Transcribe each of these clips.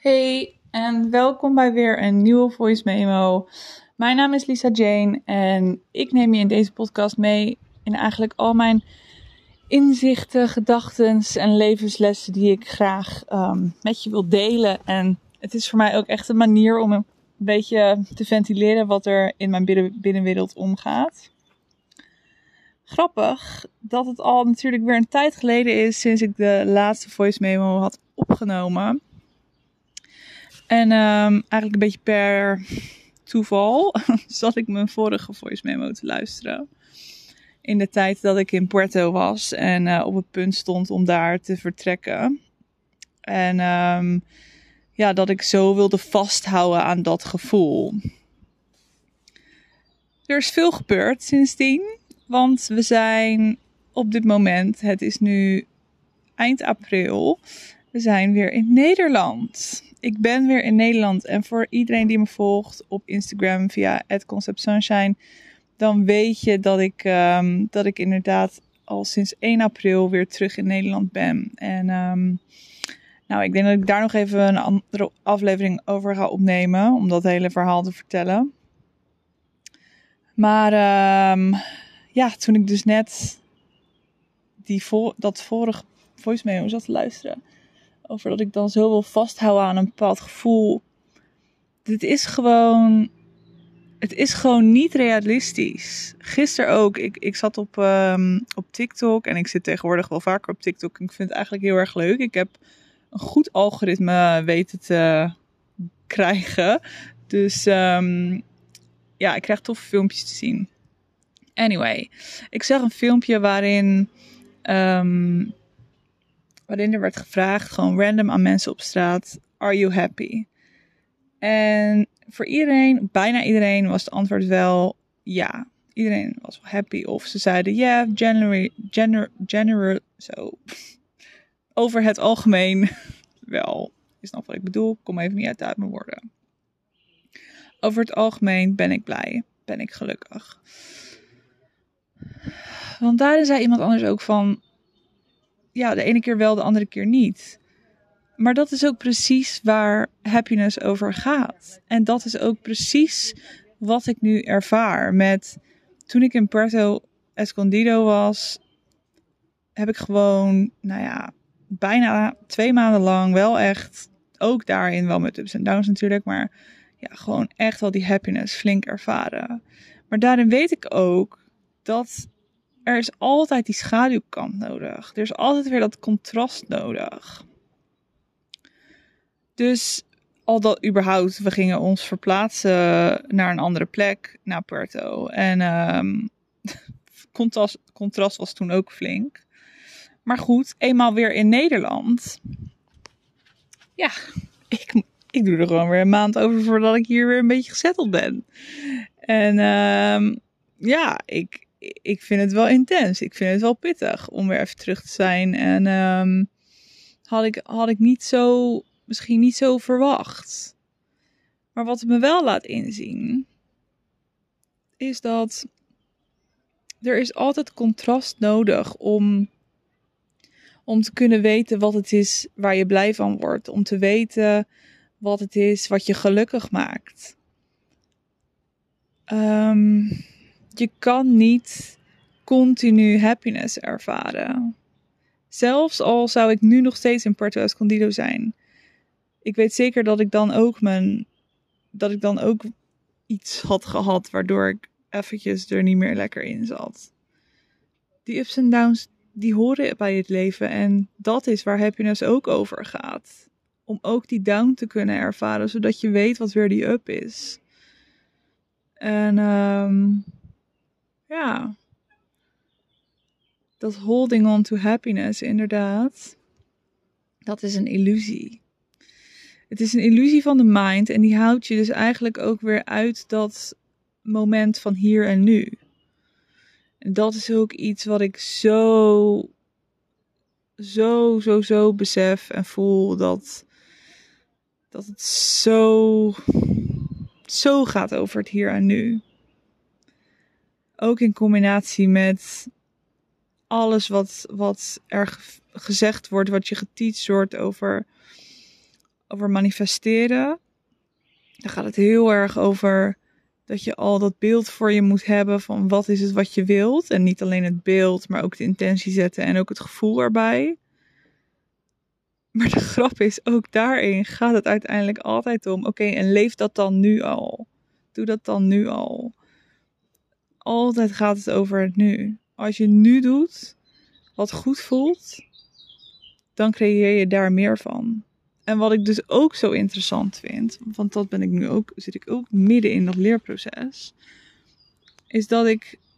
Hey en welkom bij weer een nieuwe voice memo. Mijn naam is Lisa Jane en ik neem je in deze podcast mee in eigenlijk al mijn inzichten, gedachten en levenslessen die ik graag met je wil delen. En het is voor mij ook echt een manier om een beetje te ventileren wat er in mijn binnenwereld omgaat. Grappig dat het al natuurlijk weer een tijd geleden is sinds ik de laatste voice memo had opgenomen. En eigenlijk een beetje per toeval zat ik mijn vorige voice memo te luisteren. In de tijd dat ik in Puerto was en op het punt stond om daar te vertrekken. En dat ik zo wilde vasthouden aan dat gevoel. Er is veel gebeurd sindsdien. Want we zijn op dit moment, het is nu eind april, we zijn weer in Nederland. Ik ben weer in Nederland en voor iedereen die me volgt op Instagram via @conceptsunshine, dan weet je dat ik inderdaad al sinds 1 april weer terug in Nederland ben. En ik denk dat ik daar nog even een andere aflevering over ga opnemen om dat hele verhaal te vertellen. Maar toen ik dus net dat vorige voice memo zat te luisteren, over dat ik dan zo wil vasthouden aan een bepaald gevoel. Het is gewoon niet realistisch. Gisteren ook. Ik zat op TikTok en ik zit tegenwoordig wel vaker op TikTok. En ik vind het eigenlijk heel erg leuk. Ik heb een goed algoritme weten te krijgen. Dus ik krijg toffe filmpjes te zien. Anyway, ik zag een filmpje waarin er werd gevraagd, gewoon random aan mensen op straat, are you happy? En voor iedereen, bijna iedereen, was het antwoord wel ja. Iedereen was wel happy. Of ze zeiden yeah, general, zo. Over het algemeen wel. Je snapt wat ik bedoel, ik kom even niet uit mijn woorden. Over het algemeen ben ik blij, ben ik gelukkig. Want daarin zei iemand anders ook van, ja, de ene keer wel, de andere keer niet. Maar dat is ook precies waar happiness over gaat. En dat is ook precies wat ik nu ervaar. Toen ik in Puerto Escondido was, heb ik gewoon, bijna 2 maanden lang wel echt, ook daarin wel met ups en downs natuurlijk, maar ja, gewoon echt wel die happiness flink ervaren. Maar daarin weet ik ook dat er is altijd die schaduwkant nodig. Er is altijd weer dat contrast nodig. Dus al dat überhaupt, we gingen ons verplaatsen naar een andere plek, naar Puerto. En contrast was toen ook flink. Maar goed, eenmaal weer in Nederland. Ja, ik doe er gewoon weer een maand over voordat ik hier weer een beetje gezetteld ben. En ik vind het wel intens. Ik vind het wel pittig om weer even terug te zijn. En had ik misschien niet zo verwacht. Maar wat het me wel laat inzien, is dat er is altijd contrast nodig om te kunnen weten wat het is waar je blij van wordt. Om te weten wat het is wat je gelukkig maakt. Je kan niet continu happiness ervaren. Zelfs al zou ik nu nog steeds in Puerto Escondido zijn. Ik weet zeker dat ik dan ook iets had gehad waardoor ik eventjes er niet meer lekker in zat. Die ups en downs, die horen bij het leven. En dat is waar happiness ook over gaat. Om ook die down te kunnen ervaren, zodat je weet wat weer die up is. En dat holding on to happiness, inderdaad, dat is een illusie. Het is een illusie van de mind en die houdt je dus eigenlijk ook weer uit dat moment van hier en nu. En dat is ook iets wat ik zo besef en voel, dat het zo gaat over het hier en nu. Ook in combinatie met alles wat er gezegd wordt, wat je geteacht wordt over over manifesteren, dan gaat het heel erg over dat je al dat beeld voor je moet hebben van wat is het wat je wilt. En niet alleen het beeld, maar ook de intentie zetten en ook het gevoel erbij. Maar de grap is, ook daarin gaat het uiteindelijk altijd om, oké, en leef dat dan nu al. Doe dat dan nu al. Altijd gaat het over het nu. Als je nu doet wat goed voelt, dan creëer je daar meer van. En wat ik dus ook zo interessant vind, want dat ben ik nu ook, zit ik ook midden in dat leerproces, is dat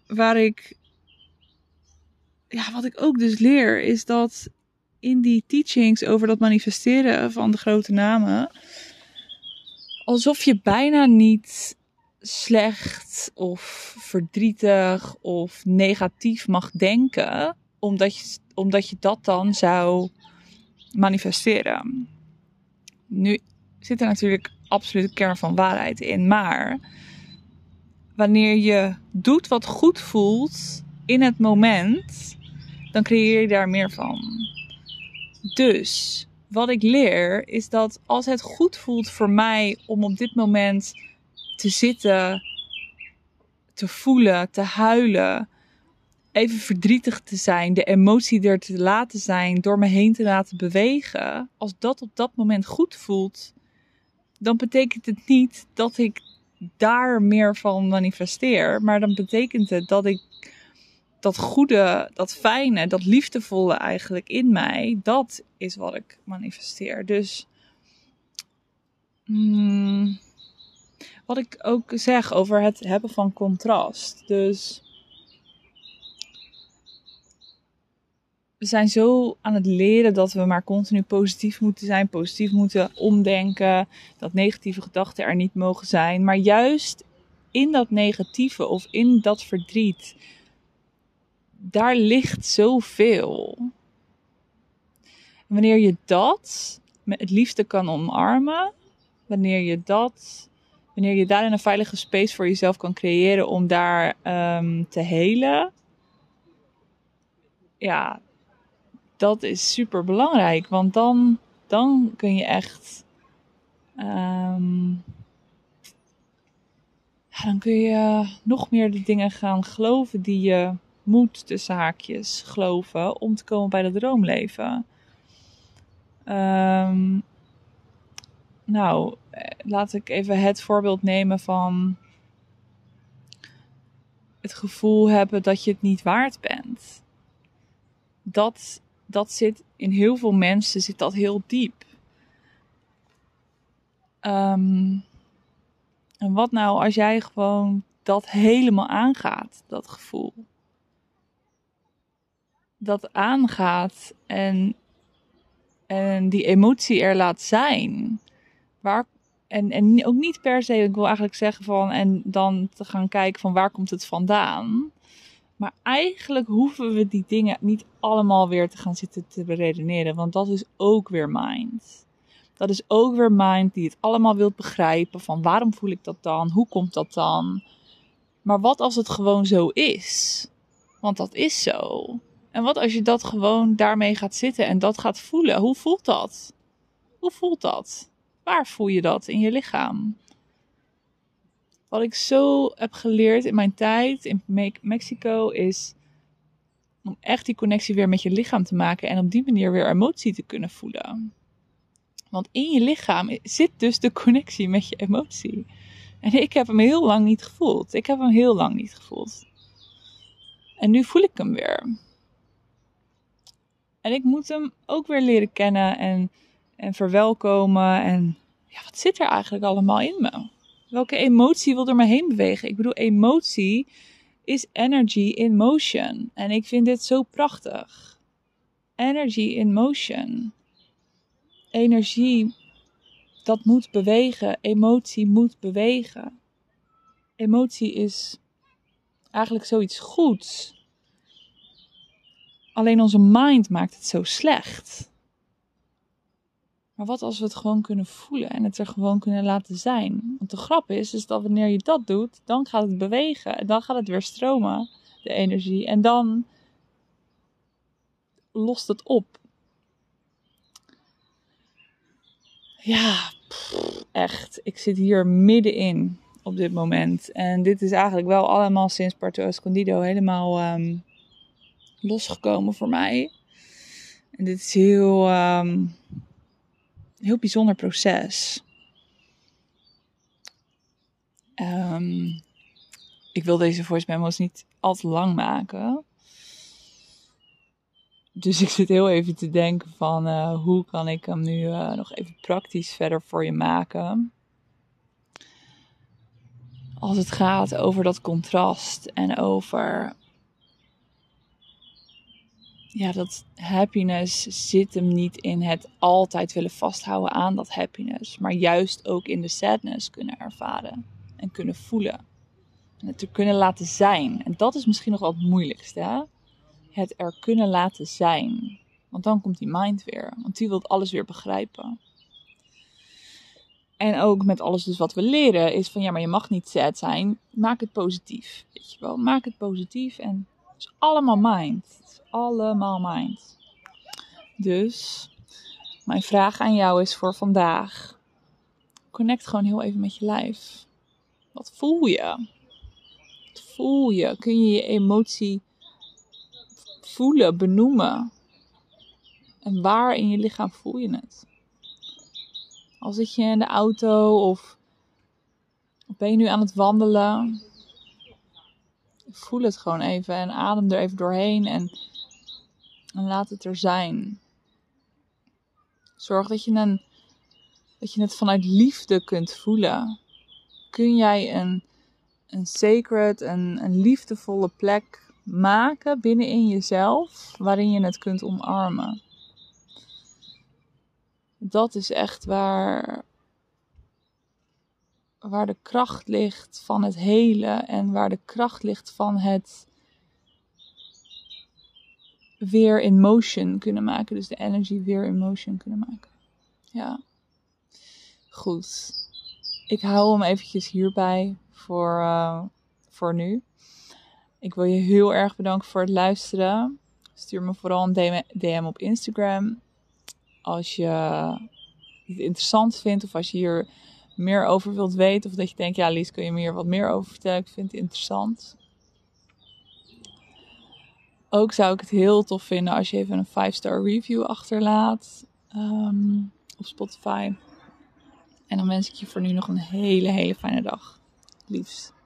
wat ik ook dus leer, is dat in die teachings over dat manifesteren van de grote namen, alsof je bijna niet slecht of verdrietig of negatief mag denken, omdat je dat dan zou manifesteren. Nu zit er natuurlijk absoluut een kern van waarheid in, maar wanneer je doet wat goed voelt in het moment, dan creëer je daar meer van. Dus wat ik leer is dat als het goed voelt voor mij om op dit moment te zitten, te voelen, te huilen, even verdrietig te zijn, de emotie er te laten zijn, door me heen te laten bewegen, als dat op dat moment goed voelt, dan betekent het niet dat ik daar meer van manifesteer, maar dan betekent het dat ik dat goede, dat fijne, dat liefdevolle eigenlijk in mij, dat is wat ik manifesteer. Dus wat ik ook zeg over het hebben van contrast. Dus we zijn zo aan het leren dat we maar continu positief moeten zijn, positief moeten omdenken, dat negatieve gedachten er niet mogen zijn. Maar juist in dat negatieve of in dat verdriet, daar ligt zoveel. Wanneer je dat met het liefde kan omarmen, wanneer je daarin een veilige space voor jezelf kan creëren om daar te helen, ja, dat is super belangrijk. Want dan kun je echt, dan kun je nog meer de dingen gaan geloven die je moet, tussen haakjes, geloven om te komen bij dat droomleven. Nou, laat ik even het voorbeeld nemen van het gevoel hebben dat je het niet waard bent. Dat zit in heel veel mensen, zit dat heel diep. En wat nou als jij gewoon dat helemaal aangaat, dat gevoel. Dat aangaat en die emotie er laat zijn. En ook niet per se, ik wil eigenlijk zeggen van, en dan te gaan kijken van waar komt het vandaan. Maar eigenlijk hoeven we die dingen niet allemaal weer te gaan zitten te beredeneren. Want dat is ook weer mind. Dat is ook weer mind die het allemaal wilt begrijpen. Van waarom voel ik dat dan? Hoe komt dat dan? Maar wat als het gewoon zo is? Want dat is zo. En wat als je dat gewoon daarmee gaat zitten en dat gaat voelen? Hoe voelt dat? Hoe voelt dat? Waar voel je dat in je lichaam? Wat ik zo heb geleerd in mijn tijd in Mexico is om echt die connectie weer met je lichaam te maken en op die manier weer emotie te kunnen voelen. Want in je lichaam zit dus de connectie met je emotie. En ik heb hem heel lang niet gevoeld. En nu voel ik hem weer. En ik moet hem ook weer leren kennen en verwelkomen. En ja, wat zit er eigenlijk allemaal in me? Welke emotie wil door me heen bewegen? Ik bedoel, emotie is energy in motion. En ik vind dit zo prachtig. Energy in motion. Energie, dat moet bewegen. Emotie moet bewegen. Emotie is eigenlijk zoiets goeds. Alleen onze mind maakt het zo slecht. Maar wat als we het gewoon kunnen voelen en het er gewoon kunnen laten zijn? Want de grap is dat wanneer je dat doet, dan gaat het bewegen. En dan gaat het weer stromen, de energie. En dan lost het op. Ja, echt. Ik zit hier middenin op dit moment. En dit is eigenlijk wel allemaal sinds Puerto Escondido helemaal losgekomen voor mij. En dit is heel bijzonder proces. Ik wil deze voice memos niet al te lang maken. Dus ik zit heel even te denken van hoe kan ik hem nu nog even praktisch verder voor je maken. Als het gaat over dat contrast en over... Ja, dat happiness zit hem niet in het altijd willen vasthouden aan dat happiness. Maar juist ook in de sadness kunnen ervaren en kunnen voelen. En het er kunnen laten zijn. En dat is misschien nog wel het moeilijkste, hè? Het er kunnen laten zijn. Want dan komt die mind weer. Want die wil alles weer begrijpen. En ook met alles dus wat we leren is van ja, maar je mag niet sad zijn. Maak het positief. Weet je wel, maak het positief. En het is allemaal mind. Het is allemaal mind. Dus mijn vraag aan jou is voor vandaag. Connect gewoon heel even met je lijf. Wat voel je? Wat voel je? Kun je je emotie voelen, benoemen? En waar in je lichaam voel je het? Al zit je in de auto of ben je nu aan het wandelen? Voel het gewoon even en adem er even doorheen en laat het er zijn. Zorg dat je het vanuit liefde kunt voelen. Kun jij een sacred, een liefdevolle plek maken binnenin jezelf waarin je het kunt omarmen. Dat is echt waar de kracht ligt van het hele en waar de kracht ligt van het weer in motion kunnen maken. Dus de energy weer in motion kunnen maken. Ja. Goed. Ik hou hem eventjes hierbij voor nu. Ik wil je heel erg bedanken voor het luisteren. Stuur me vooral een DM op Instagram. Als je het interessant vindt of als je hier meer over wilt weten. Of dat je denkt, ja Lies, kun je me hier wat meer over vertellen? Ik vind het interessant. Ook zou ik het heel tof vinden als je even een 5-star review achterlaat op Spotify. En dan wens ik je voor nu nog een hele, hele fijne dag. Liefst.